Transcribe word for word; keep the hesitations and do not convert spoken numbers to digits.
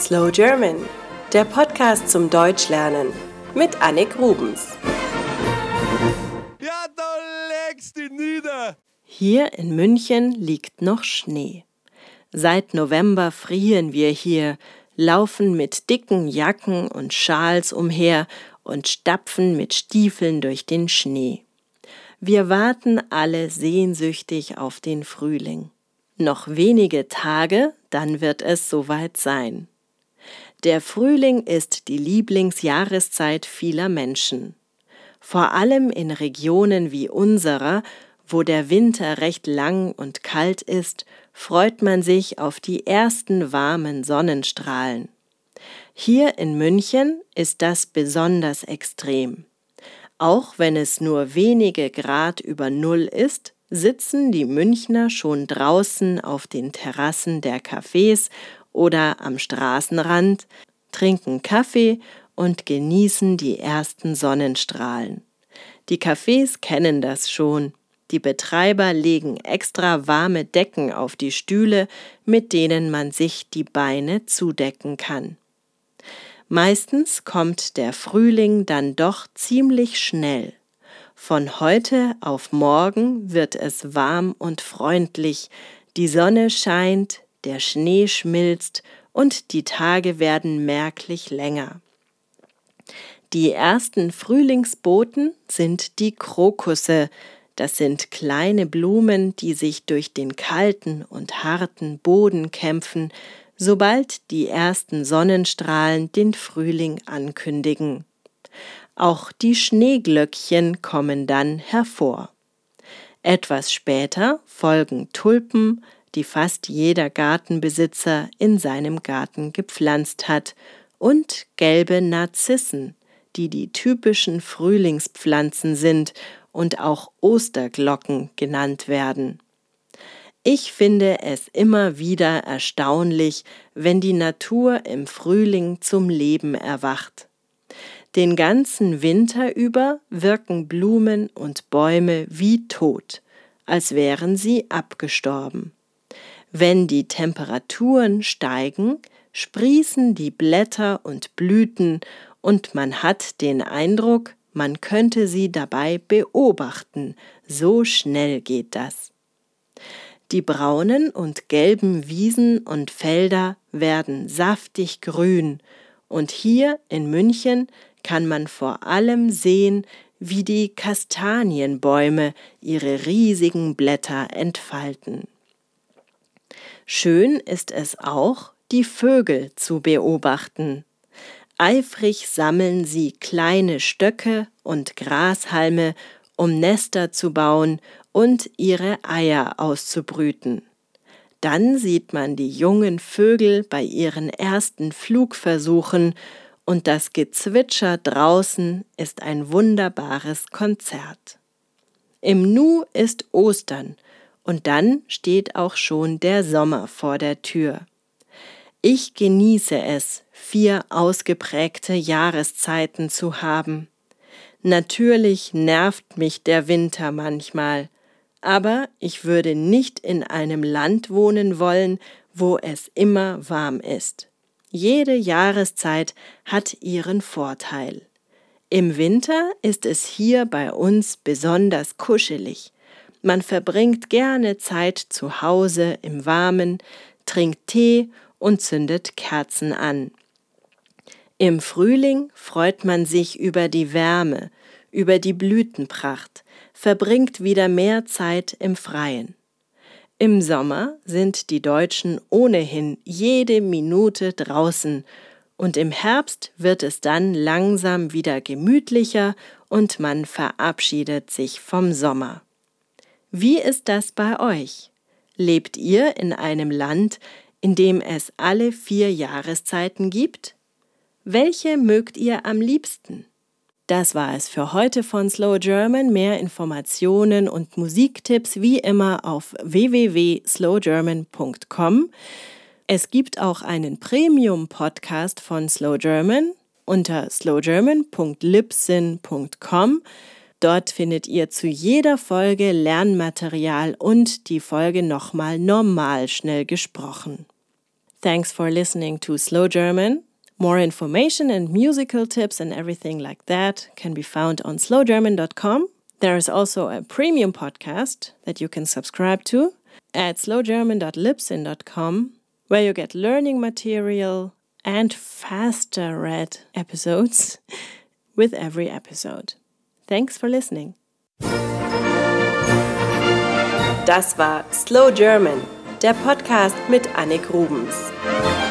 Slow German, der Podcast zum Deutschlernen mit Annik Rubens. Ja, da legst du nieder! Hier in München liegt noch Schnee. Seit November frieren wir hier, laufen mit dicken Jacken und Schals umher und stapfen mit Stiefeln durch den Schnee. Wir warten alle sehnsüchtig auf den Frühling. Noch wenige Tage, dann wird es soweit sein. Der Frühling ist die Lieblingsjahreszeit vieler Menschen. Vor allem in Regionen wie unserer, wo der Winter recht lang und kalt ist, freut man sich auf die ersten warmen Sonnenstrahlen. Hier in München ist das besonders extrem. Auch wenn es nur wenige Grad über Null ist, sitzen die Münchner schon draußen auf den Terrassen der Cafés oder am Straßenrand, trinken Kaffee und genießen die ersten Sonnenstrahlen. Die Cafés kennen das schon. Die Betreiber legen extra warme Decken auf die Stühle, mit denen man sich die Beine zudecken kann. Meistens kommt der Frühling dann doch ziemlich schnell. Von heute auf morgen wird es warm und freundlich, die Sonne scheint, der Schnee schmilzt und die Tage werden merklich länger. Die ersten Frühlingsboten sind die Krokusse. Das sind kleine Blumen, die sich durch den kalten und harten Boden kämpfen, sobald die ersten Sonnenstrahlen den Frühling ankündigen. Auch die Schneeglöckchen kommen dann hervor. Etwas später folgen Tulpen, die fast jeder Gartenbesitzer in seinem Garten gepflanzt hat, und gelbe Narzissen, die die typischen Frühlingspflanzen sind und auch Osterglocken genannt werden. Ich finde es immer wieder erstaunlich, wenn die Natur im Frühling zum Leben erwacht. Den ganzen Winter über wirken Blumen und Bäume wie tot, als wären sie abgestorben. Wenn die Temperaturen steigen, sprießen die Blätter und Blüten und man hat den Eindruck, man könnte sie dabei beobachten, so schnell geht das. Die braunen und gelben Wiesen und Felder werden saftig grün und hier in München kann man vor allem sehen, wie die Kastanienbäume ihre riesigen Blätter entfalten. Schön ist es auch, die Vögel zu beobachten. Eifrig sammeln sie kleine Stöcke und Grashalme, um Nester zu bauen und ihre Eier auszubrüten. Dann sieht man die jungen Vögel bei ihren ersten Flugversuchen und das Gezwitscher draußen ist ein wunderbares Konzert. Im Nu ist Ostern und dann steht auch schon der Sommer vor der Tür. Ich genieße es, vier ausgeprägte Jahreszeiten zu haben. Natürlich nervt mich der Winter manchmal, aber ich würde nicht in einem Land wohnen wollen, wo es immer warm ist. Jede Jahreszeit hat ihren Vorteil. Im Winter ist es hier bei uns besonders kuschelig. Man verbringt gerne Zeit zu Hause im Warmen, trinkt Tee und zündet Kerzen an. Im Frühling freut man sich über die Wärme, über die Blütenpracht, verbringt wieder mehr Zeit im Freien. Im Sommer sind die Deutschen ohnehin jede Minute draußen und im Herbst wird es dann langsam wieder gemütlicher und man verabschiedet sich vom Sommer. Wie ist das bei euch? Lebt ihr in einem Land, in dem es alle vier Jahreszeiten gibt? Welche mögt ihr am liebsten? Das war es für heute von Slow German. Mehr Informationen und Musiktipps wie immer auf w w w punkt slow german punkt com. Es gibt auch einen Premium-Podcast von Slow German unter slow german punkt libsyn punkt com. Dort findet ihr zu jeder Folge Lernmaterial und die Folge nochmal normal schnell gesprochen. Thanks for listening to Slow German. More information and musical tips and everything like that can be found on slow german dot com. There is also a premium podcast that you can subscribe to at slow german dot libsyn dot com, where you get learning material and faster read episodes with every episode. Thanks for listening. Das war Slow German, der Podcast mit Annik Rubens.